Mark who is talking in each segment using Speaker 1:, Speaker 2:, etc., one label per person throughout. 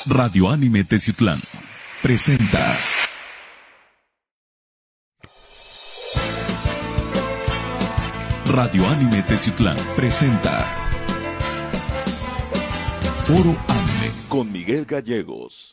Speaker 1: Radio Anime Teciutlán presenta Radio Anime Teciutlán presenta Foro Anime con Miguel Gallegos.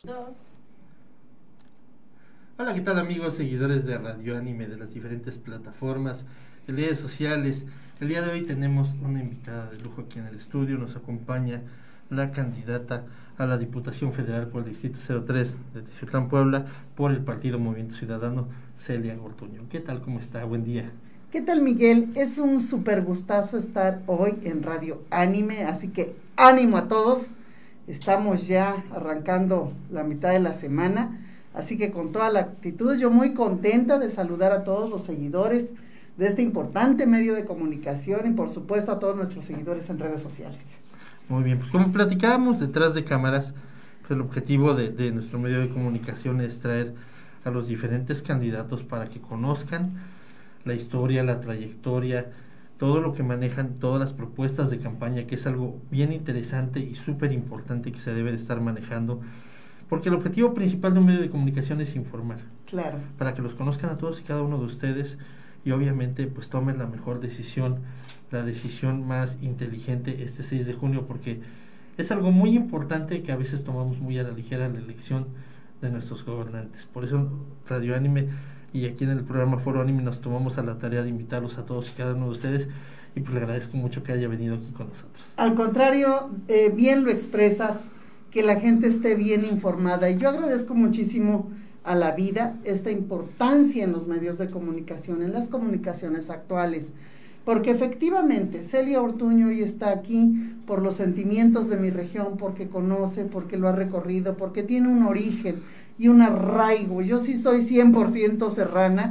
Speaker 2: Hola, ¿qué tal amigos, seguidores de Radio Anime de las diferentes plataformas, redes sociales? El día de hoy tenemos una invitada de lujo aquí en el estudio. Nos acompaña la candidata a la Diputación Federal por el Distrito 03 de Teciutlán, Puebla, por el Partido Movimiento Ciudadano, Celia Ortuño. ¿Qué tal? ¿Cómo está? Buen día.
Speaker 3: ¿Qué tal, Miguel? Es un súper gustazo estar hoy en Radio Anime, así que ánimo a todos. Estamos ya arrancando la mitad de la semana, así que con toda la actitud, yo muy contenta de saludar a todos los seguidores de este importante medio de comunicación y por supuesto a todos nuestros seguidores en redes sociales.
Speaker 2: Muy bien, pues como platicábamos detrás de cámaras, pues el objetivo de nuestro medio de comunicación es traer a los diferentes candidatos para que conozcan la historia, la trayectoria, todo lo que manejan, todas las propuestas de campaña, que es algo bien interesante y súper importante que se debe de estar manejando, porque el objetivo principal de un medio de comunicación es informar.
Speaker 3: Claro.
Speaker 2: Para que los conozcan a todos y cada uno de ustedes y obviamente pues tomen la mejor decisión, la decisión más inteligente este 6 de junio, porque es algo muy importante que a veces tomamos muy a la ligera la elección de nuestros gobernantes. Por eso Radio Anime y aquí en el programa Foro Anime nos tomamos a la tarea de invitarlos a todos y cada uno de ustedes, y pues le agradezco mucho que haya venido aquí con nosotros.
Speaker 3: Al contrario, bien lo expresas, que la gente esté bien informada, y yo agradezco muchísimo a la vida esta importancia en los medios de comunicación, en las comunicaciones actuales, porque efectivamente Celia Ortuño hoy está aquí por los sentimientos de mi región, porque conoce, porque lo ha recorrido, porque tiene un origen y un arraigo. Yo sí soy 100% serrana,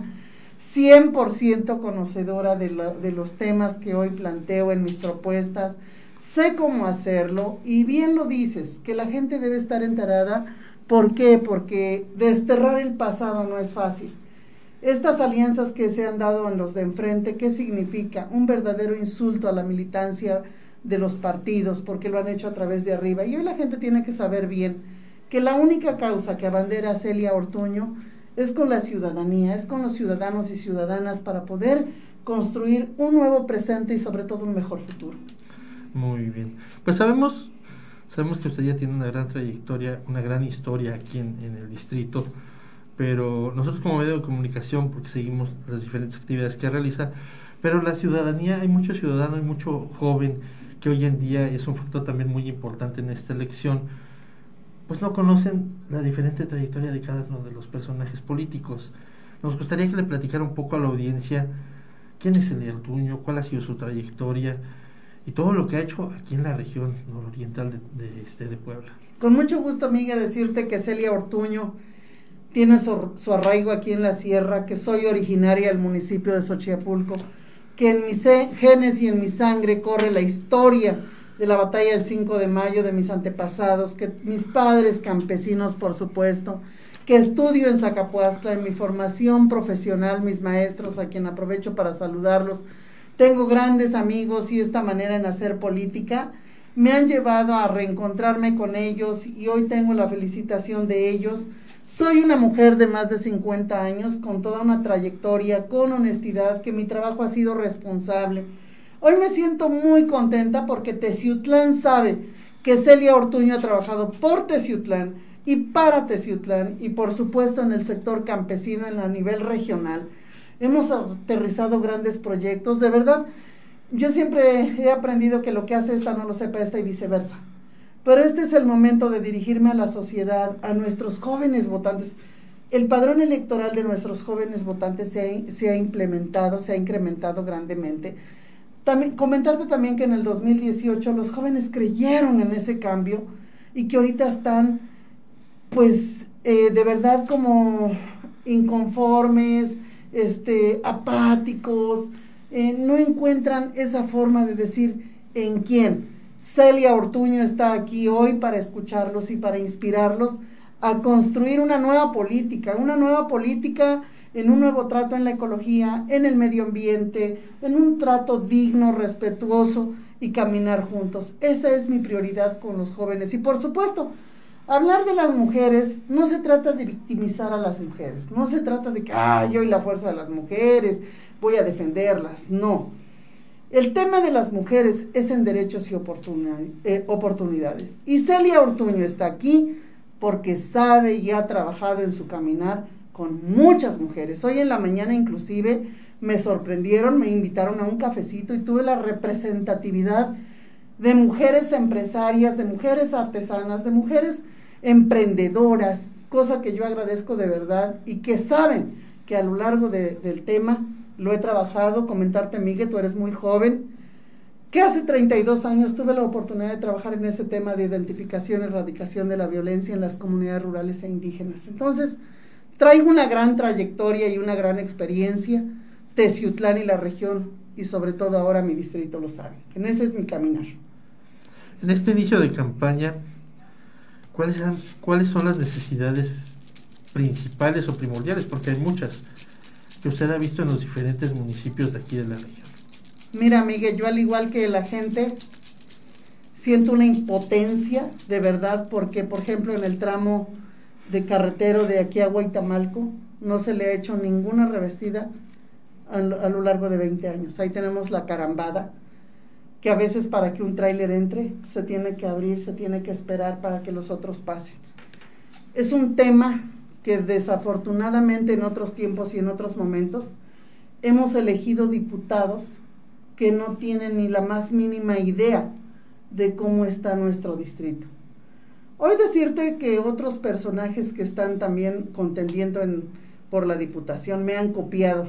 Speaker 3: 100% conocedora de los temas que hoy planteo en mis propuestas, sé cómo hacerlo, y bien lo dices, que la gente debe estar enterada. ¿Por qué? Porque desterrar el pasado no es fácil. Estas alianzas que se han dado en los de enfrente, ¿qué significa? Un verdadero insulto a la militancia de los partidos, porque lo han hecho a través de arriba. Y hoy la gente tiene que saber bien que la única causa que abandera Celia Ortuño es con la ciudadanía, es con los ciudadanos y ciudadanas, para poder construir un nuevo presente y sobre todo un mejor futuro.
Speaker 2: Muy bien. Pues sabemos que usted ya tiene una gran trayectoria, una gran historia aquí en el distrito, pero nosotros como medio de comunicación, porque seguimos las diferentes actividades que realiza, pero la ciudadanía, hay mucho ciudadano, hay mucho joven que hoy en día es un factor también muy importante en esta elección, pues no conocen la diferente trayectoria de cada uno de los personajes políticos. Nos gustaría que le platicara un poco a la audiencia quién es Celia Ortuño, cuál ha sido su trayectoria y todo lo que ha hecho aquí en la región nororiental de Puebla.
Speaker 3: Con mucho gusto, amiga, decirte que Celia Ortuño tiene su arraigo aquí en la sierra, que soy originaria del municipio de Xochiapulco, que en mis genes y en mi sangre corre la historia de la batalla del 5 de mayo de mis antepasados, que mis padres campesinos, por supuesto, que estudio en Zacapuastla, en mi formación profesional, mis maestros, a quien aprovecho para saludarlos. Tengo grandes amigos y esta manera en hacer política me han llevado a reencontrarme con ellos, y hoy tengo la felicitación de ellos. Soy una mujer de más de 50 años, con toda una trayectoria, con honestidad, que mi trabajo ha sido responsable. Hoy me siento muy contenta porque Teciutlán sabe que Celia Ortuño ha trabajado por Teciutlán y para Teciutlán, y por supuesto en el sector campesino a nivel regional. Hemos aterrizado grandes proyectos, de verdad. Yo siempre he aprendido que lo que hace esta no lo sepa esta, y viceversa. Pero este es el momento de dirigirme a la sociedad, a nuestros jóvenes votantes. El padrón electoral de nuestros jóvenes votantes se ha implementado, se ha incrementado grandemente. Comentarte también que en el 2018 los jóvenes creyeron en ese cambio, y que ahorita están, pues, de verdad como inconformes, apáticos, no encuentran esa forma de decir en quién. Celia Ortuño está aquí hoy para escucharlos y para inspirarlos a construir una nueva política en un nuevo trato en la ecología, en el medio ambiente, en un trato digno, respetuoso, y caminar juntos. Esa es mi prioridad con los jóvenes, y por supuesto Hablar de las mujeres no se trata de victimizar a las mujeres, no se trata de que, yo y la fuerza de las mujeres, voy a defenderlas, no. El tema de las mujeres es en derechos y oportunidades. Y Celia Ortuño está aquí porque sabe y ha trabajado en su caminar con muchas mujeres. Hoy en la mañana inclusive me sorprendieron, me invitaron a un cafecito y tuve la representatividad de mujeres empresarias, de mujeres artesanas, de mujeres emprendedoras, cosa que yo agradezco de verdad y que saben que a lo largo del tema lo he trabajado. Comentarte, Miguel, tú eres muy joven, que hace 32 años tuve la oportunidad de trabajar en ese tema de identificación y erradicación de la violencia en las comunidades rurales e indígenas. Entonces, traigo una gran trayectoria y una gran experiencia. Teciutlán y la región, y sobre todo ahora mi distrito lo sabe, que en ese es mi caminar.
Speaker 2: En este inicio de campaña, ¿cuáles son las necesidades principales o primordiales? Porque hay muchas que usted ha visto en los diferentes municipios de aquí de la región.
Speaker 3: Mira, Miguel, yo al igual que la gente, siento una impotencia, de verdad, porque, por ejemplo, en el tramo de carretero de aquí a Huaytamalco, no se le ha hecho ninguna revestida a lo largo de 20 años. Ahí tenemos la carambada, que a veces para que un tráiler entre, se tiene que abrir, se tiene que esperar para que los otros pasen. Es un tema que desafortunadamente en otros tiempos y en otros momentos hemos elegido diputados que no tienen ni la más mínima idea de cómo está nuestro distrito. Hoy decirte que otros personajes que están también contendiendo por la diputación me han copiado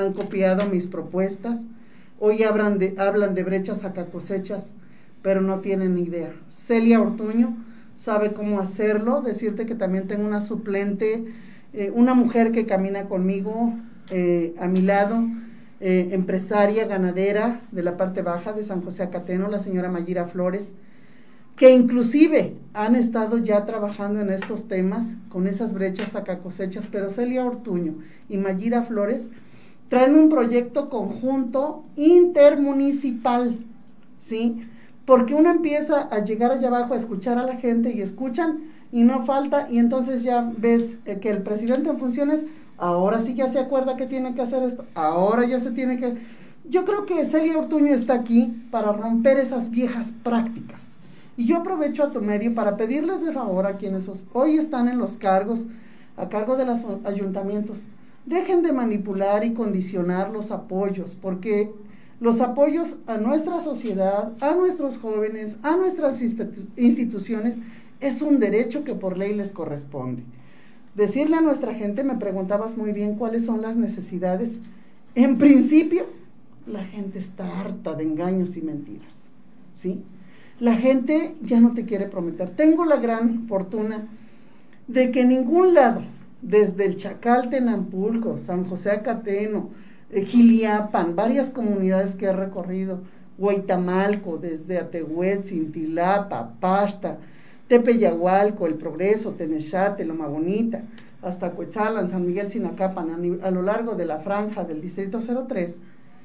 Speaker 3: mis propuestas. Hoy hablan de brechas sacacosechas, pero no tienen ni idea. Celia Ortuño sabe cómo hacerlo. Decirte que también tengo una suplente, una mujer que camina conmigo a mi lado, empresaria, ganadera de la parte baja de San José Acateno, la señora Mayira Flores, que inclusive han estado ya trabajando en estos temas con esas brechas sacacosechas, pero Celia Ortuño y Mayira Flores traen un proyecto conjunto intermunicipal, ¿sí? Porque uno empieza a llegar allá abajo a escuchar a la gente y escuchan y no falta, y entonces ya ves que el presidente en funciones, ahora sí ya se acuerda que tiene que hacer esto, ahora ya se tiene que... Yo creo que Celia Ortuño está aquí para romper esas viejas prácticas. Y yo aprovecho a tu medio para pedirles de favor a quienes hoy están en los cargos, a cargo de los ayuntamientos, dejen de manipular y condicionar los apoyos, porque los apoyos a nuestra sociedad, a nuestros jóvenes, a nuestras instituciones, es un derecho que por ley les corresponde. Decirle a nuestra gente, me preguntabas muy bien cuáles son las necesidades. En principio, la gente está harta de engaños y mentiras, ¿sí? La gente ya no te quiere prometer. Tengo la gran fortuna de que en ningún lado, desde el Chacal, Tenanpulco, San José Acateno, Giliapan, varias comunidades que he recorrido, Huaytamalco, desde Atehuet, Cintilapa, Pasta, Tepeyahualco, El Progreso, Tenexate, Loma Bonita, hasta Cuetzalan, San Miguel Sinacapan, a lo largo de la franja del Distrito 03,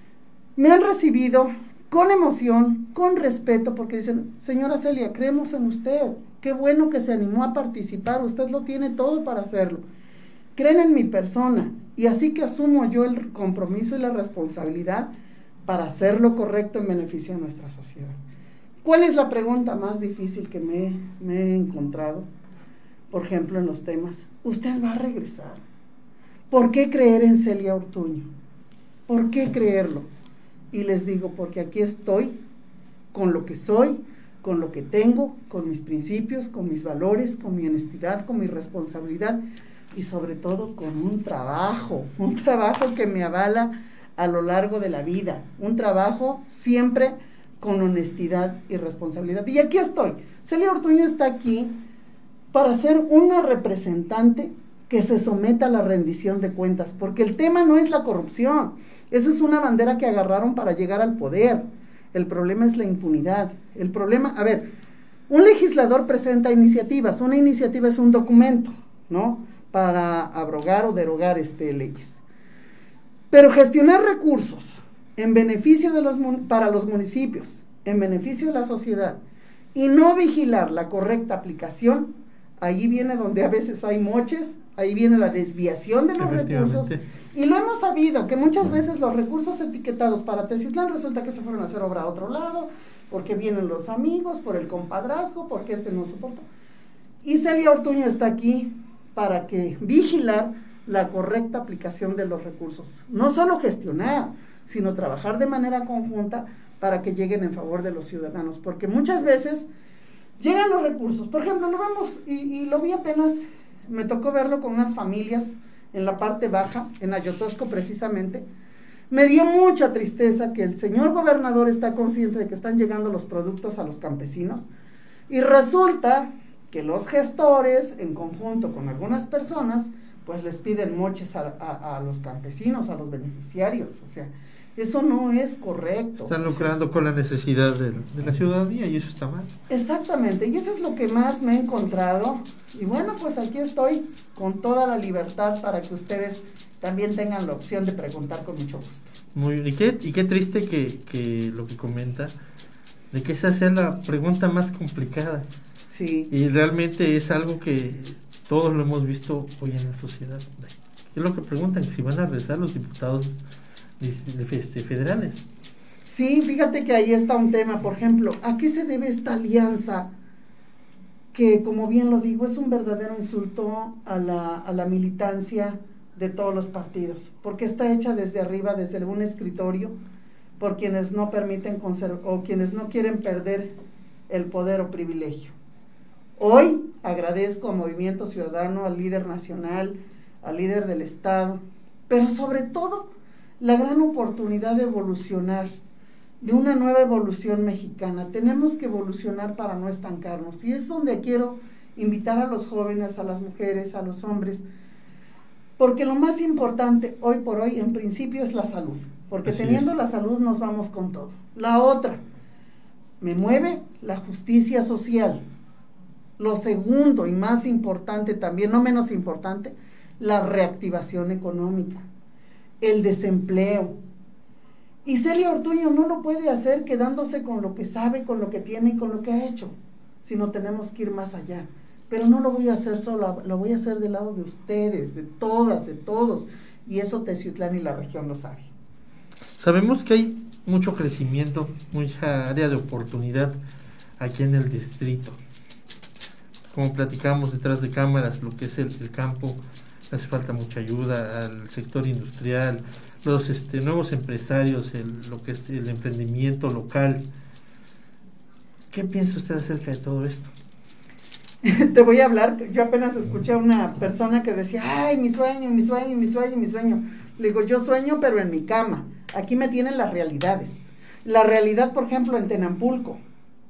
Speaker 3: me han recibido con emoción, con respeto, porque dicen, señora Celia, creemos en usted, qué bueno que se animó a participar, usted lo tiene todo para hacerlo. Creen en mi persona, y así que asumo yo el compromiso y la responsabilidad para hacer lo correcto en beneficio de nuestra sociedad. ¿Cuál es la pregunta más difícil que me he encontrado? Por ejemplo, en los temas, ¿usted va a regresar? ¿Por qué creer en Celia Ortuño? ¿Por qué creerlo? Y les digo, porque aquí estoy, con lo que soy, con lo que tengo, con mis principios, con mis valores, con mi honestidad, con mi responsabilidad, y sobre todo con un trabajo que me avala a lo largo de la vida, un trabajo siempre con honestidad y responsabilidad. Y aquí estoy. Celia Ortuño está aquí para ser una representante que se someta a la rendición de cuentas, porque el tema no es la corrupción, esa es una bandera que agarraron para llegar al poder. El problema es la impunidad. El problema, a ver, un legislador presenta iniciativas, una iniciativa es un documento, ¿no?, para abrogar o derogar leyes. Pero gestionar recursos en beneficio para los municipios, en beneficio de la sociedad, y no vigilar la correcta aplicación, ahí viene donde a veces hay moches, ahí viene la desviación de los recursos, y lo hemos sabido, que muchas veces los recursos etiquetados para Teciutlán resulta que se fueron a hacer obra a otro lado, porque vienen los amigos, por el compadrazgo, porque no soporta. Y Celia Ortuño está aquí para que vigilar la correcta aplicación de los recursos, no solo gestionar, sino trabajar de manera conjunta para que lleguen en favor de los ciudadanos, porque muchas veces llegan los recursos. Por ejemplo, lo vemos, y lo vi apenas, me tocó verlo con unas familias en la parte baja, en Ayotosco precisamente. Me dio mucha tristeza que el señor gobernador está consciente de que están llegando los productos a los campesinos, y resulta que los gestores, en conjunto con algunas personas, pues les piden moches a los campesinos, a los beneficiarios. O sea, eso no es correcto.
Speaker 2: Están lucrando con la necesidad de la ciudadanía, y eso está mal.
Speaker 3: Exactamente, y eso es lo que más me he encontrado. Y bueno, pues aquí estoy con toda la libertad para que ustedes también tengan la opción de preguntar con mucho gusto.
Speaker 2: Muy bien, y qué triste que lo que comenta, de que esa sea la pregunta más complicada.
Speaker 3: Sí.
Speaker 2: Y realmente es algo que todos lo hemos visto hoy en la sociedad. Es lo que preguntan, que si van a regresar los diputados federales.
Speaker 3: Sí, fíjate que ahí está un tema. Por ejemplo, ¿a qué se debe esta alianza? Que, como bien lo digo, es un verdadero insulto a la militancia de todos los partidos, porque está hecha desde arriba, desde un escritorio, por quienes no permiten o quienes no quieren perder el poder o privilegio. Hoy agradezco al Movimiento Ciudadano, al líder nacional, al líder del Estado, pero sobre todo la gran oportunidad de evolucionar, de una nueva evolución mexicana. Tenemos que evolucionar para no estancarnos, y es donde quiero invitar a los jóvenes, a las mujeres, a los hombres, porque lo más importante hoy por hoy en principio es la salud, porque
Speaker 2: Así
Speaker 3: teniendo
Speaker 2: es.
Speaker 3: la salud nos vamos con todo. La otra, me mueve la justicia social. Lo segundo y más importante también, no menos importante, la reactivación económica, el desempleo. Y Celia Ortuño no lo puede hacer quedándose con lo que sabe, con lo que tiene y con lo que ha hecho, sino tenemos que ir más allá. Pero no lo voy a hacer sola, lo voy a hacer del lado de ustedes, de todas, de todos, y eso Teciutlán y la región lo sabe.
Speaker 2: Sabemos que hay mucho crecimiento, mucha área de oportunidad aquí en el distrito. Como platicamos detrás de cámaras, lo que es el campo, hace falta mucha ayuda al sector industrial, los nuevos empresarios, lo que es el emprendimiento local. ¿Qué piensa usted acerca de todo esto?
Speaker 3: Te voy a hablar, yo apenas escuché a una persona que decía, ay, mi sueño, mi sueño, mi sueño, mi sueño. Le digo, yo sueño, pero en mi cama. Aquí me tienen las realidades. La realidad, por ejemplo, en Tenampulco,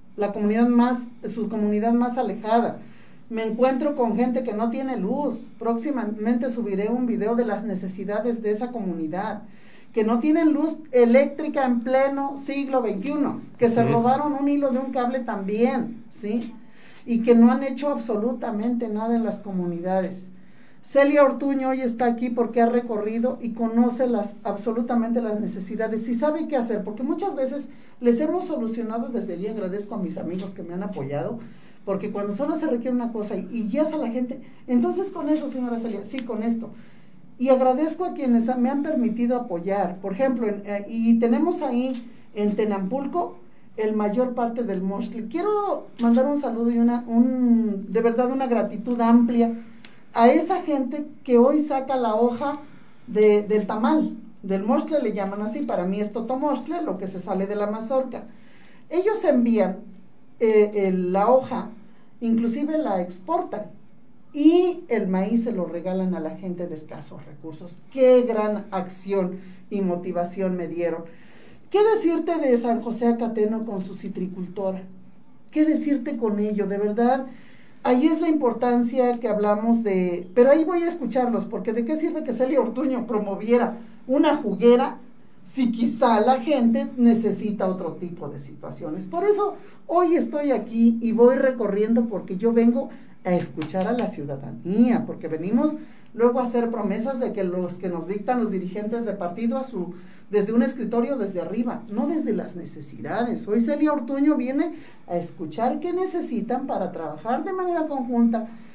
Speaker 3: su comunidad más alejada. Me encuentro con gente que no tiene luz. Próximamente subiré un video de las necesidades de esa comunidad, que no tienen luz eléctrica en pleno siglo XXI, que se robaron un hilo de un cable también, ¿sí? Y que no han hecho absolutamente nada en las comunidades. Celia Ortuño hoy está aquí porque ha recorrido y conoce absolutamente las necesidades y sabe qué hacer, porque muchas veces les hemos solucionado desde allí. Agradezco a mis amigos que me han apoyado, porque cuando solo se requiere una cosa y guías a la gente, entonces con eso, señora Celia, sí, con esto. Y agradezco a quienes me han permitido apoyar. Por ejemplo, y tenemos ahí en Tenampulco el mayor parte del mostle. Quiero mandar un saludo y de verdad una gratitud amplia a esa gente que hoy saca la hoja del tamal, del mostle le llaman así, para mí es totomostle, lo que se sale de la mazorca. Ellos envían la hoja, inclusive la exportan, y el maíz se lo regalan a la gente de escasos recursos. Qué gran acción y motivación me dieron. ¿Qué decirte de San José Acateno con su citricultora? ¿Qué decirte con ello? De verdad, ahí es la importancia que hablamos de... Pero ahí voy a escucharlos, porque ¿de qué sirve que Celia Ortuño promoviera una juguera si quizá la gente necesita otro tipo de situaciones? Por eso hoy estoy aquí y voy recorriendo, porque yo vengo a escuchar a la ciudadanía, porque venimos luego a hacer promesas de que los que nos dictan los dirigentes de partido desde un escritorio desde arriba, no desde las necesidades. Hoy Celia Ortuño viene a escuchar qué necesitan para trabajar de manera conjunta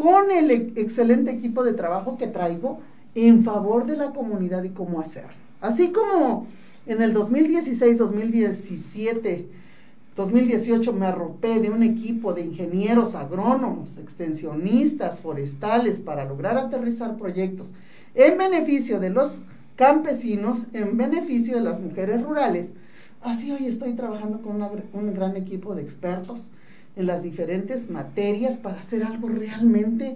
Speaker 3: con el excelente equipo de trabajo que traigo en favor de la comunidad y cómo hacerlo. Así como en el 2016, 2017, 2018 me arropé de un equipo de ingenieros agrónomos, extensionistas, forestales, para lograr aterrizar proyectos en beneficio de los campesinos, en beneficio de las mujeres rurales. Así hoy estoy trabajando con un gran equipo de expertos en las diferentes materias para hacer algo realmente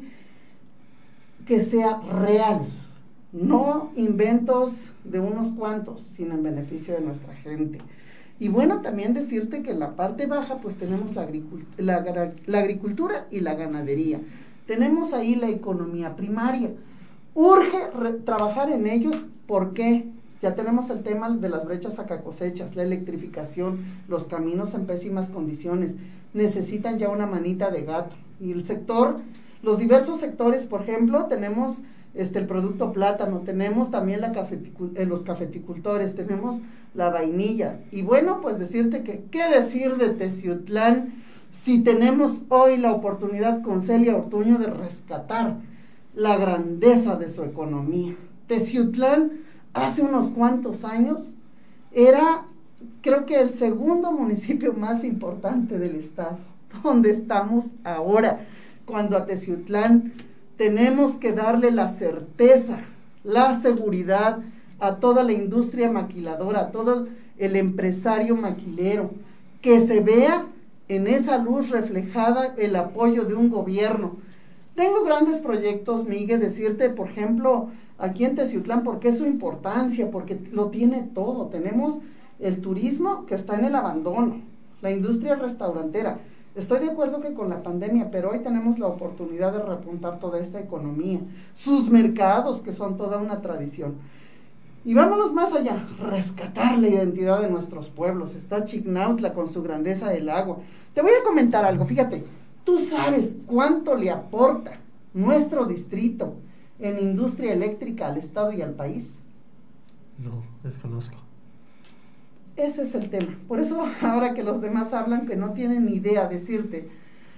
Speaker 3: que sea real, no inventos de unos cuantos, sino en beneficio de nuestra gente. Y bueno, también decirte que en la parte baja pues tenemos la agricultura y la ganadería. Tenemos ahí la economía primaria. Urge trabajar en ellos. ¿Por qué? Ya tenemos el tema de las brechas sacacosechas, la electrificación, los caminos en pésimas condiciones. Necesitan ya una manita de gato. Y el sector, los diversos sectores, por ejemplo, tenemos el producto plátano, tenemos también los cafeticultores, tenemos la vainilla. Y bueno, pues decirte que, ¿qué decir de Teciutlán si tenemos hoy la oportunidad con Celia Ortuño de rescatar la grandeza de su economía? Teciutlán hace unos cuantos años era, creo que el segundo municipio más importante del estado, donde estamos ahora, cuando a Teciutlán tenemos que darle la certeza, la seguridad a toda la industria maquiladora, a todo el empresario maquilero, que se vea en esa luz reflejada el apoyo de un gobierno. Tengo grandes proyectos, Miguel, decirte, por ejemplo, aquí en Teciutlán, ¿por qué su importancia? Porque lo tiene todo. Tenemos el turismo que está en el abandono, la industria restaurantera. Estoy de acuerdo que con la pandemia, pero hoy tenemos la oportunidad de repuntar toda esta economía, sus mercados, que son toda una tradición. Y vámonos más allá, rescatar la identidad de nuestros pueblos. Está Chignautla con su grandeza del agua. Te voy a comentar algo, fíjate, ¿tú sabes cuánto le aporta nuestro distrito en industria eléctrica al estado y al país?
Speaker 2: No, desconozco.
Speaker 3: Ese es el tema. Por eso ahora que los demás hablan que no tienen ni idea decirte,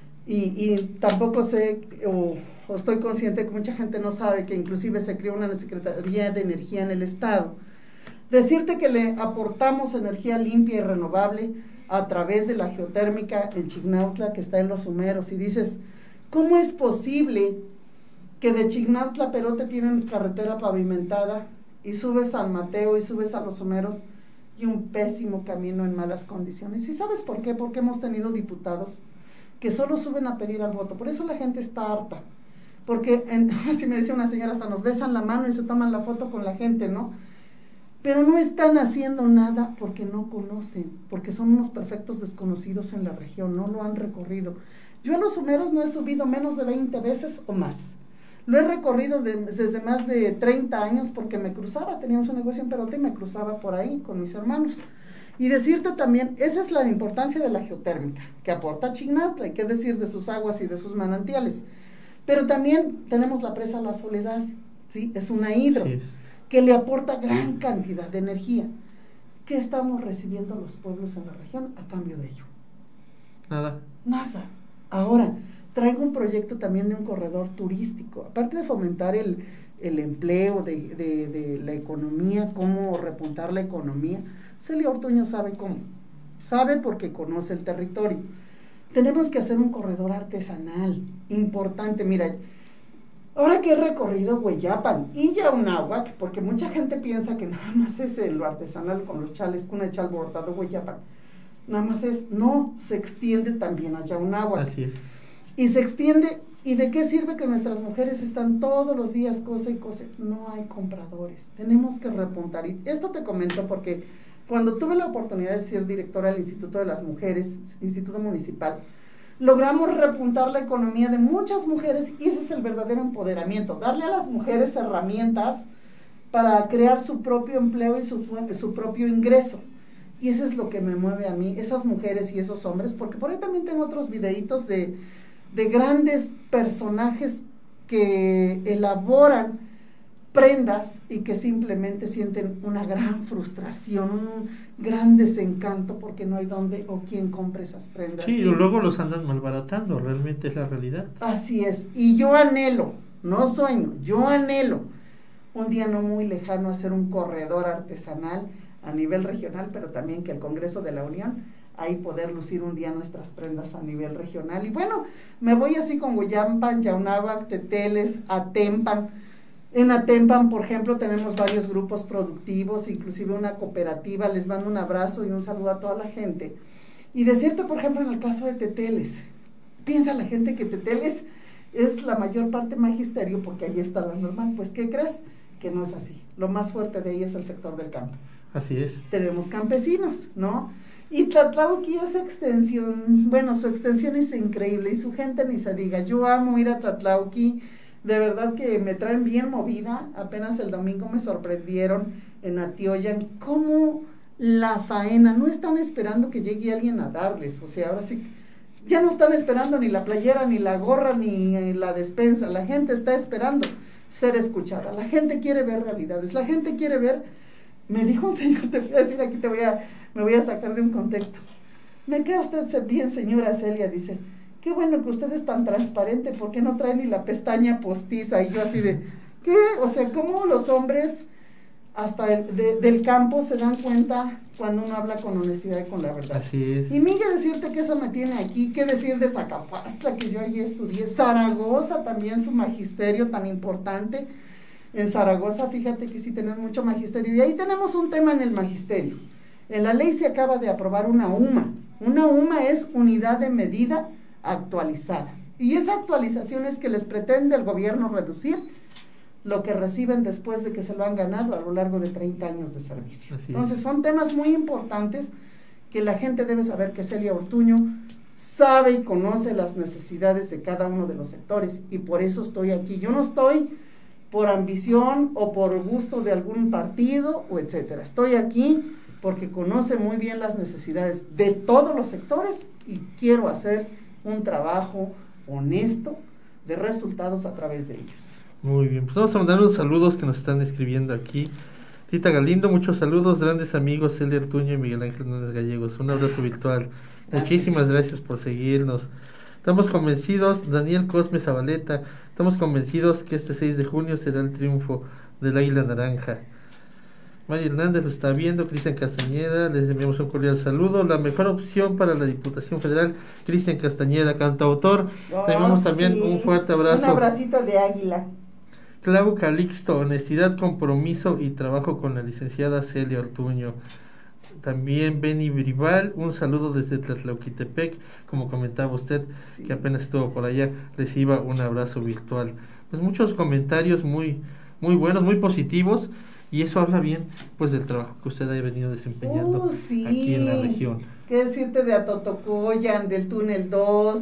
Speaker 3: y tampoco sé o estoy consciente que mucha gente no sabe que inclusive se creó una Secretaría de Energía en el estado, decirte que le aportamos energía limpia y renovable a través de la geotérmica en Chignautla, que está en Los Humeros, y dices, ¿cómo es posible que de Chignautla a Perote tienen carretera pavimentada y subes a San Mateo y subes a Los Humeros y un pésimo camino en malas condiciones? ¿Y sabes por qué? Porque hemos tenido diputados que solo suben a pedir al voto. Por eso la gente está harta. Porque, así me dice una señora, hasta nos besan la mano y se toman la foto con la gente, ¿no? Pero no están haciendo nada porque no conocen, porque son unos perfectos desconocidos en la región, no lo han recorrido. Yo a Los Humeros no he subido menos de 20 veces o más. Lo he recorrido desde más de 30 años porque me cruzaba, teníamos un negocio en Perote y me cruzaba por ahí con mis hermanos. Y decirte también, esa es la importancia de la geotérmica, que aporta Chignautla, hay que decir de sus aguas y de sus manantiales. Pero también tenemos la presa La Soledad, ¿sí? Es una hidro, sí, que le aporta gran cantidad de energía. ¿Qué estamos recibiendo los pueblos en la región a cambio de ello?
Speaker 2: Nada.
Speaker 3: Nada. Ahora, traigo un proyecto también de un corredor turístico, aparte de fomentar el empleo, de la economía, cómo repuntar la economía. Celia Ortuño sabe cómo, sabe porque conoce el territorio. Tenemos que hacer un corredor artesanal importante. Mira, ahora que he recorrido Hueyapan y Yaunáhuac, porque mucha gente piensa que nada más es lo artesanal con los chales, con el chal bordado Hueyapan, nada más es, no, se extiende también a Yaunáhuac.
Speaker 2: Así es.
Speaker 3: Y se extiende, ¿y de qué sirve que nuestras mujeres están todos los días cosa y cosa? No hay compradores, tenemos que repuntar. Y esto te comento porque cuando tuve la oportunidad de ser directora del Instituto de las Mujeres, Instituto Municipal, logramos repuntar la economía de muchas mujeres y ese es el verdadero empoderamiento, darle a las mujeres herramientas para crear su propio empleo y su propio ingreso. Y eso es lo que me mueve a mí, esas mujeres y esos hombres, porque por ahí también tengo otros videitos de grandes personajes que elaboran prendas y que simplemente sienten una gran frustración, un gran desencanto porque no hay dónde o quién compre esas prendas.
Speaker 2: Sí, y luego los andan malbaratando, realmente es la realidad.
Speaker 3: Así es, y yo anhelo, no sueño, yo anhelo un día no muy lejano hacer un corredor artesanal a nivel regional, pero también que el Congreso de la Unión, ahí poder lucir un día nuestras prendas a nivel regional. Y bueno, me voy así con Hueyampan, Yaunáhuac, Teteles, Atempan. En Atempan, por ejemplo, tenemos varios grupos productivos, inclusive una cooperativa. Les mando un abrazo y un saludo a toda la gente. Y decirte, por ejemplo, en el caso de Teteles, piensa la gente que Teteles es la mayor parte magisterio porque ahí está la normal. Pues, ¿qué crees? Que no es así. Lo más fuerte de ahí es el sector del campo.
Speaker 2: Así es.
Speaker 3: Tenemos campesinos, ¿no? Y Tlatlauqui esa extensión, bueno, su extensión es increíble y su gente ni se diga. Yo amo ir a Tlatlauqui, de verdad que me traen bien movida. Apenas el domingo me sorprendieron en Atioyan cómo la faena, no están esperando que llegue alguien a darles, o sea, ahora sí, ya no están esperando ni la playera, ni la gorra, ni la despensa. La gente está esperando ser escuchada, la gente quiere ver realidades, la gente quiere ver. Me dijo un señor, te voy a decir aquí, me voy a sacar de un contexto. Me queda usted bien, señora Celia, dice, qué bueno que usted es tan transparente, ¿por qué no trae ni la pestaña postiza? Y yo así de, ¿qué? O sea, ¿cómo los hombres hasta del campo se dan cuenta cuando uno habla con honestidad y con la verdad?
Speaker 2: Así es.
Speaker 3: Y Miguel, decirte que eso me tiene aquí, qué decir de Zacapastla, que yo allí estudié, Zaragoza también, su magisterio tan importante. En Zaragoza, fíjate que sí tenemos mucho magisterio, y ahí tenemos un tema en el magisterio. En la ley se acaba de aprobar una UMA. Una UMA es unidad de medida actualizada. Y esa actualización es que les pretende el gobierno reducir lo que reciben después de que se lo han ganado a lo largo de 30 años de servicio. Entonces son temas muy importantes que la gente debe saber que Celia Ortuño sabe y conoce las necesidades de cada uno de los sectores, y por eso estoy aquí. Yo no estoy por ambición o por gusto de algún partido o etcétera. Estoy aquí porque conoce muy bien las necesidades de todos los sectores y quiero hacer un trabajo honesto de resultados a través de ellos.
Speaker 2: Muy bien, pues vamos a mandar unos saludos que nos están escribiendo aquí. Tita Galindo, muchos saludos, grandes amigos Celia Ortuño y Miguel Ángel Hernández Gallegos. Un abrazo virtual. Gracias. Muchísimas gracias por seguirnos. Estamos convencidos, Daniel Cosme Zabaleta, estamos convencidos que este 6 de junio será el triunfo del Águila Naranja. María Hernández lo está viendo, Cristian Castañeda, les enviamos un cordial saludo. La mejor opción para la Diputación Federal, Cristian Castañeda, cantautor. Tenemos también sí, un fuerte abrazo.
Speaker 3: Un abracito de águila.
Speaker 2: Clau Calixto, honestidad, compromiso y trabajo con la licenciada Celia Ortuño. También Benny Brival, un saludo desde Tlatlauquitepec, como comentaba usted, sí, que apenas estuvo por allá, reciba un abrazo virtual. Pues muchos comentarios muy buenos, muy positivos, y eso habla bien pues del trabajo que usted ha venido desempeñando
Speaker 3: sí,
Speaker 2: aquí en la región.
Speaker 3: ¿Qué decirte de Atotocoyan, del Túnel 2,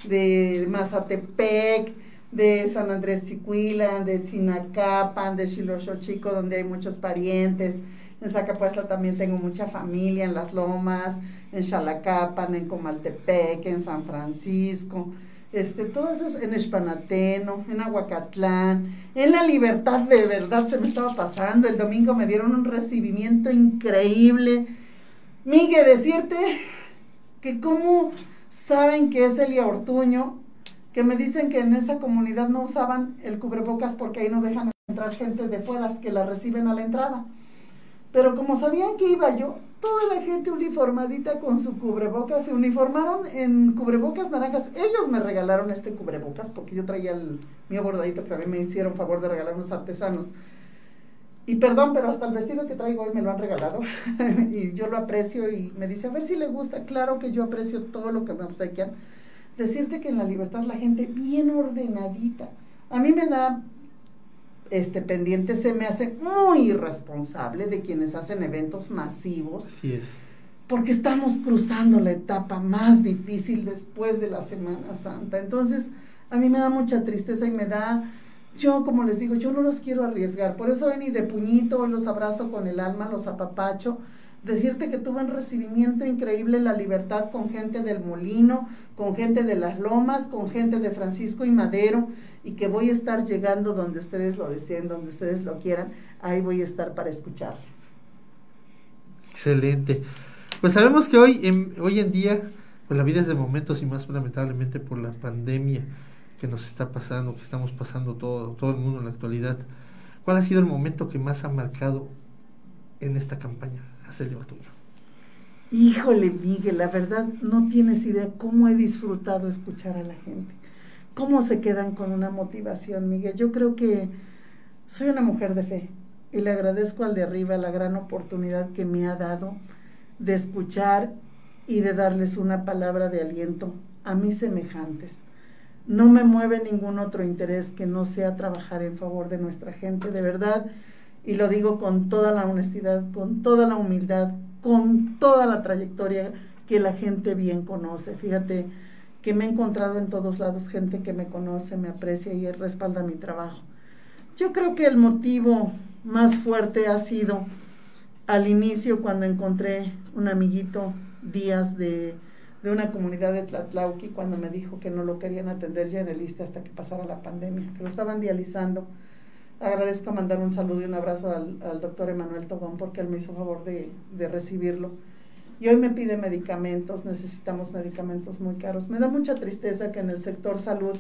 Speaker 3: de Mazatepec, de San Andrés Chicuilan, de Sinacapan, de Xiloxochico, donde hay muchos parientes? En Zacapuestla también tengo mucha familia, en Las Lomas, en Xalacapan, en Comaltepec, en San Francisco, todas esas, en Expanateno, en Aguacatlán, en La Libertad. De verdad se me estaba pasando, el domingo me dieron un recibimiento increíble. Miguel, decirte que cómo saben que es Celia Ortuño, que me dicen que en esa comunidad no usaban el cubrebocas porque ahí no dejan entrar gente de fuera, que la reciben a la entrada. Pero como sabían que iba yo, toda la gente uniformadita con su cubrebocas, se uniformaron en cubrebocas naranjas. Ellos me regalaron este cubrebocas porque yo traía el mío bordadito, que también me hicieron favor de regalar unos artesanos. Y perdón, pero hasta el vestido que traigo hoy me lo han regalado y yo lo aprecio, y me dice a ver si le gusta. Claro que yo aprecio todo lo que me obsequian. Decirte que en La Libertad la gente bien ordenadita. A mí me da pendiente, se me hace muy irresponsable de quienes hacen eventos masivos.
Speaker 2: Así es.
Speaker 3: Porque estamos cruzando la etapa más difícil después de la Semana Santa. Entonces, a mí me da mucha tristeza y me da, yo como les digo, yo no los quiero arriesgar. Por eso hoy ni de puñito, hoy los abrazo con el alma, los apapacho. Decirte que tuve un recibimiento increíble en La Libertad con gente del Molino, con gente de Las Lomas, con gente de Francisco y Madero, y que voy a estar llegando donde ustedes lo deseen, donde ustedes lo quieran, ahí voy a estar para escucharles.
Speaker 2: Excelente. Pues sabemos que hoy en día, pues la vida es de momentos, y más lamentablemente por la pandemia que nos está pasando, que estamos pasando todo el mundo en la actualidad. ¿Cuál ha sido el momento que más ha marcado en esta campaña, Celia Ortuño?
Speaker 3: Híjole, Miguel, la verdad no tienes idea cómo he disfrutado escuchar a la gente, cómo se quedan con una motivación, Miguel. Yo creo que soy una mujer de fe y le agradezco al de arriba la gran oportunidad que me ha dado de escuchar y de darles una palabra de aliento a mis semejantes. No me mueve ningún otro interés que no sea trabajar en favor de nuestra gente, de verdad, y lo digo con toda la honestidad, con toda la humildad, con toda la trayectoria que la gente bien conoce. Fíjate que me he encontrado en todos lados gente que me conoce, me aprecia y respalda mi trabajo. Yo creo que el motivo más fuerte ha sido al inicio, cuando encontré un amiguito, Díaz, de una comunidad de Tlatlauqui, cuando me dijo que no lo querían atender ya en el ISSSTE hasta que pasara la pandemia, que lo estaban dializando. Agradezco mandar un saludo y un abrazo al doctor Emanuel Tobón, porque él me hizo favor de recibirlo. Y hoy me pide medicamentos, necesitamos medicamentos muy caros. Me da mucha tristeza que en el sector salud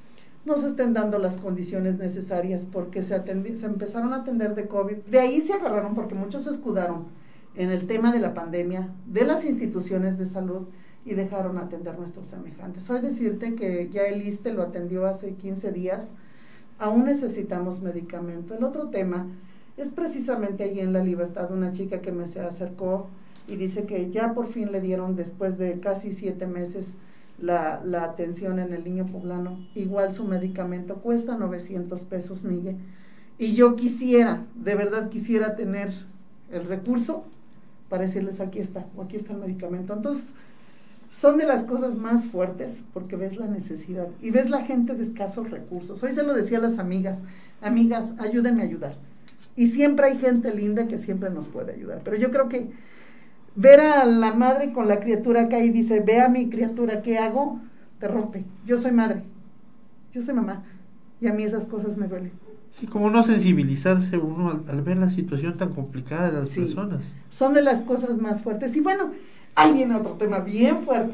Speaker 3: no se estén dando las condiciones necesarias, porque se empezaron a atender de COVID. De ahí se agarraron, porque muchos se escudaron en el tema de la pandemia, de las instituciones de salud, y dejaron atender a nuestros semejantes. Hoy decirte que ya el ISSSTE lo atendió hace 15 días, aún necesitamos medicamento. El otro tema es precisamente allí en La Libertad, una chica que me se acercó y dice que ya por fin le dieron, después de casi 7 meses, la atención en el niño poblano. Igual su medicamento cuesta 900 pesos, Miguel. Y yo quisiera, de verdad quisiera tener el recurso para decirles aquí está, o aquí está el medicamento. Entonces, son de las cosas más fuertes, porque ves la necesidad y ves la gente de escasos recursos. Hoy se lo decía a las amigas, ayúdenme a ayudar. Y siempre hay gente linda que siempre nos puede ayudar. Pero yo creo que ver a la madre con la criatura acá y dice, ve a mi criatura, ¿qué hago? Te rompe. Yo soy madre, yo soy mamá, y a mí esas cosas me duelen.
Speaker 2: Sí, como no sensibilizarse uno al ver la situación tan complicada de las personas.
Speaker 3: Son de las cosas más fuertes. Y bueno, ahí viene otro tema bien fuerte.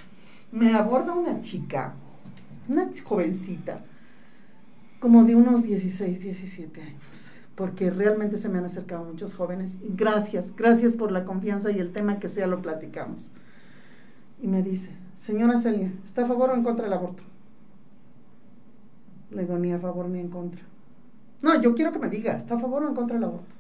Speaker 3: Me aborda una chica, una jovencita, como de unos 16, 17 años, porque realmente se me han acercado muchos jóvenes, y gracias por la confianza, y el tema que sea lo platicamos. Y me dice, señora Celia, ¿está a favor o en contra del aborto? Le digo, ni a favor ni en contra. No, yo quiero que me diga, ¿está a favor o en contra del aborto?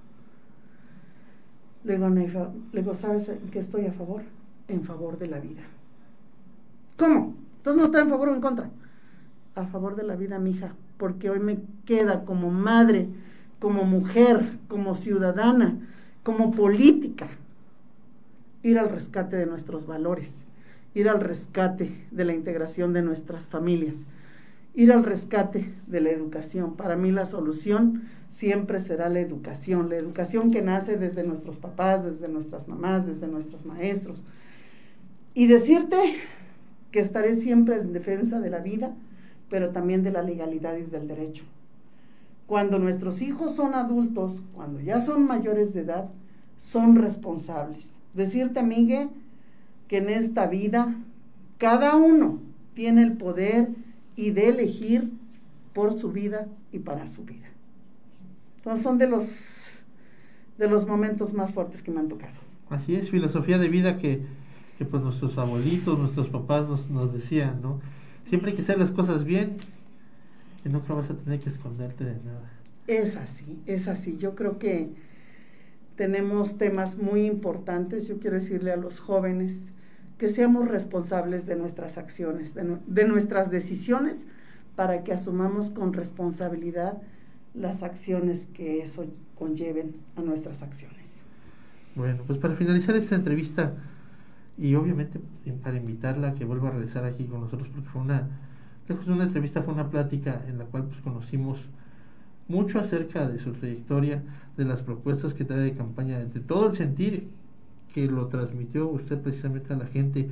Speaker 3: Le digo, ¿sabes en qué estoy a favor? En favor de la vida. ¿Cómo? Entonces no está en favor o en contra. A favor de la vida, mija, porque hoy me queda como madre, como mujer, como ciudadana, como política, ir al rescate de nuestros valores, ir al rescate de la integración de nuestras familias, ir al rescate de la educación. Para mí la solución siempre será la educación que nace desde nuestros papás, desde nuestras mamás, desde nuestros maestros. Y decirte que estaré siempre en defensa de la vida, pero también de la legalidad y del derecho. Cuando nuestros hijos son adultos, cuando ya son mayores de edad, son responsables. Decirte, amigue, que en esta vida cada uno tiene el poder y de elegir por su vida y para su vida. Entonces son de los momentos más fuertes que me han tocado.
Speaker 2: Así es, filosofía de vida que pues nuestros abuelitos, nuestros papás nos decían, ¿no? Siempre hay que hacer las cosas bien y nunca vas a tener que esconderte de nada.
Speaker 3: Es así. Yo creo que tenemos temas muy importantes. Yo quiero decirle a los jóvenes que seamos responsables de nuestras acciones, de nuestras decisiones, para que asumamos con responsabilidad las acciones que eso conlleven a nuestras acciones.
Speaker 2: Bueno, pues para finalizar esta entrevista, y obviamente para invitarla a que vuelva a regresar aquí con nosotros, porque fue una entrevista, fue una plática en la cual pues conocimos mucho acerca de su trayectoria, de las propuestas que trae de campaña, de todo el sentir que lo transmitió usted precisamente a la gente,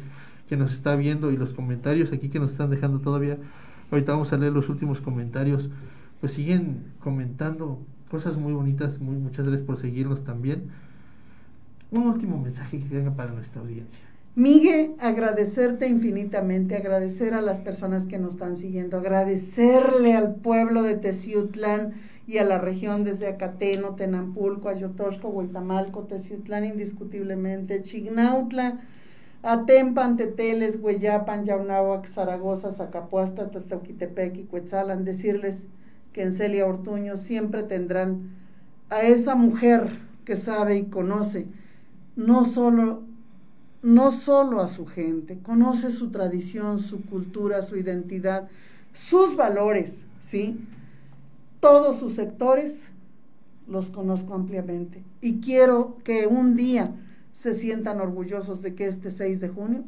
Speaker 2: que nos está viendo y los comentarios aquí que nos están dejando todavía. Ahorita vamos a leer los últimos comentarios. Pues siguen comentando cosas muy bonitas. Muchas gracias por seguirnos también. Un último mensaje que tenga para nuestra audiencia.
Speaker 3: Miguel, agradecerte infinitamente, agradecer a las personas que nos están siguiendo, agradecerle al pueblo de Teciutlán y a la región desde Acateno, Tenampulco, Ayotoxco, Huitamalco, Teciutlán indiscutiblemente, Chignautla, Atempan, Teteles, Hueyapan, Yaunáhuac, Zaragoza, Zacapuasta, Tlaquitepec y Cuetzalan, decirles que en Celia Ortuño siempre tendrán a esa mujer que sabe y conoce, no solo a su gente, conoce su tradición, su cultura, su identidad, sus valores, ¿sí? Todos sus sectores los conozco ampliamente y quiero que un día se sientan orgullosos de que este 6 de junio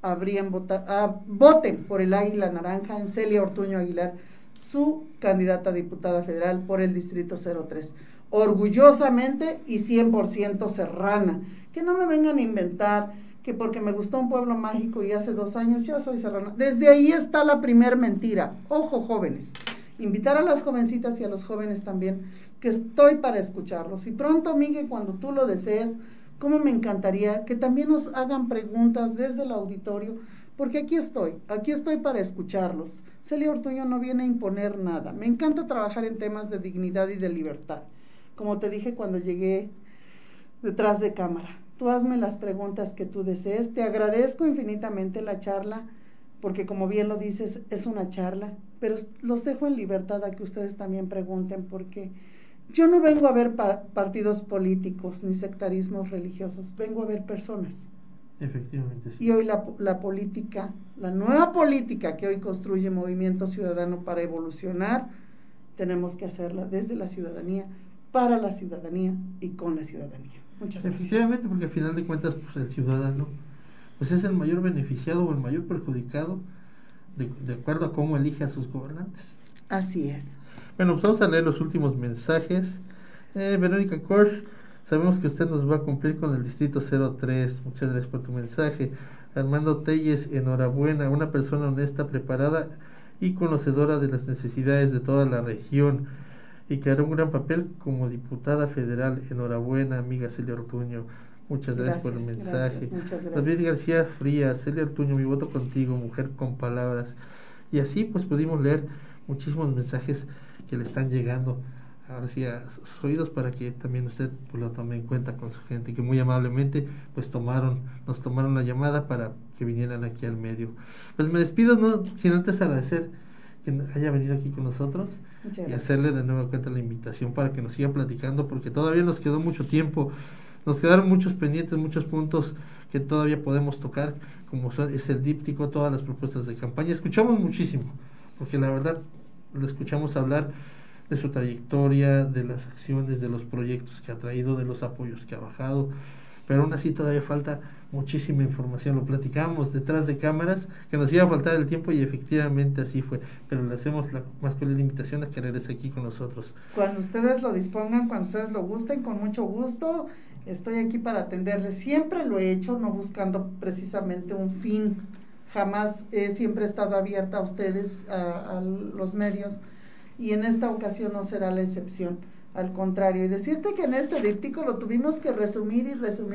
Speaker 3: voten por el Águila Naranja en Celia Ortuño Aguilar, su candidata a diputada federal por el Distrito 03. Orgullosamente y 100% serrana. Que no me vengan a inventar que porque me gustó un pueblo mágico y hace 2 años ya soy serrana. Desde ahí está la primer mentira. Ojo, jóvenes. Invitar a las jovencitas y a los jóvenes también, que estoy para escucharlos. Y pronto, Miguel, cuando tú lo desees, cómo me encantaría que también nos hagan preguntas desde el auditorio, porque aquí estoy para escucharlos. Celia Ortuño no viene a imponer nada. Me encanta trabajar en temas de dignidad y de libertad. Como te dije cuando llegué detrás de cámara, tú hazme las preguntas que tú desees. Te agradezco infinitamente la charla, porque como bien lo dices, es una charla, pero los dejo en libertad a que ustedes también pregunten, porque yo no vengo a ver partidos políticos ni sectarismos religiosos, vengo a ver personas.
Speaker 2: Efectivamente, sí.
Speaker 3: Y hoy la política, la nueva política que hoy construye Movimiento Ciudadano para evolucionar, tenemos que hacerla desde la ciudadanía, para la ciudadanía y con la ciudadanía. Muchas gracias.
Speaker 2: Efectivamente, porque al final de cuentas, pues el ciudadano pues es el mayor beneficiado o el mayor perjudicado de acuerdo a cómo elige a sus gobernantes.
Speaker 3: Así es.
Speaker 2: Bueno, pues vamos a leer los últimos mensajes. Verónica Korsch, sabemos que usted nos va a cumplir con el Distrito 03. Muchas gracias por tu mensaje. Armando Telles, enhorabuena, una persona honesta, preparada y conocedora de las necesidades de toda la región y que hará un gran papel como diputada federal. Enhorabuena, amiga Celia Ortuño. Muchas gracias por el mensaje.
Speaker 3: Gracias.
Speaker 2: David García Frías, Celia Ortuño, mi voto contigo, mujer con palabras. Y así pues pudimos leer muchísimos mensajes que le están llegando ahora sí a sus oídos, para que también usted pues lo tome en cuenta con su gente, que muy amablemente pues nos tomaron la llamada para que vinieran aquí al medio. Pues me despido, no sin antes agradecer que haya venido aquí con nosotros y hacerle de nueva cuenta la invitación para que nos siga platicando, porque todavía nos quedó mucho tiempo, nos quedaron muchos pendientes, muchos puntos que todavía podemos tocar, como es el díptico, todas las propuestas de campaña. Escuchamos muchísimo, porque la verdad lo escuchamos hablar de su trayectoria, de las acciones, de los proyectos que ha traído, de los apoyos que ha bajado, pero aún así todavía falta muchísima información. Lo platicamos detrás de cámaras, que nos iba a faltar el tiempo y efectivamente así fue, pero le hacemos la más cordial invitación a que regrese aquí con nosotros.
Speaker 3: Cuando ustedes lo dispongan, cuando ustedes lo gusten, con mucho gusto, estoy aquí para atenderles. Siempre lo he hecho, no buscando precisamente un fin, jamás siempre he estado abierta a ustedes, a los medios, y en esta ocasión no será la excepción. Al contrario, y decirte que en este díptico lo tuvimos que resumir,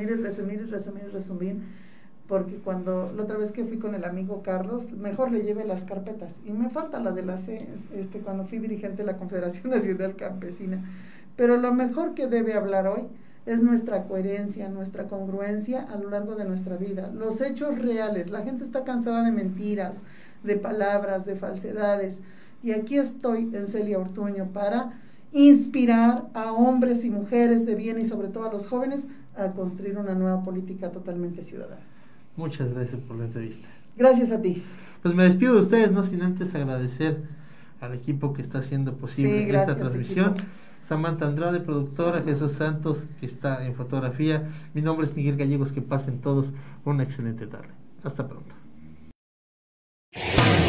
Speaker 3: porque cuando la otra vez que fui con el amigo Carlos, mejor le llevé las carpetas, y me falta la de la C, cuando fui dirigente de la Confederación Nacional Campesina. Pero lo mejor que debe hablar hoy es nuestra coherencia, nuestra congruencia a lo largo de nuestra vida, los hechos reales. La gente está cansada de mentiras, de palabras, de falsedades, y aquí estoy en Celia Ortuño para inspirar a hombres y mujeres de bien y sobre todo a los jóvenes a construir una nueva política totalmente ciudadana.
Speaker 2: Muchas gracias por la entrevista.
Speaker 3: Gracias a ti.
Speaker 2: Pues me despido de ustedes, no sin antes agradecer al equipo que está haciendo posible esta transmisión. Equipo. Samantha Andrade, productora, sí. Jesús Santos, que está en fotografía. Mi nombre es Miguel Gallegos, que pasen todos una excelente tarde. Hasta pronto.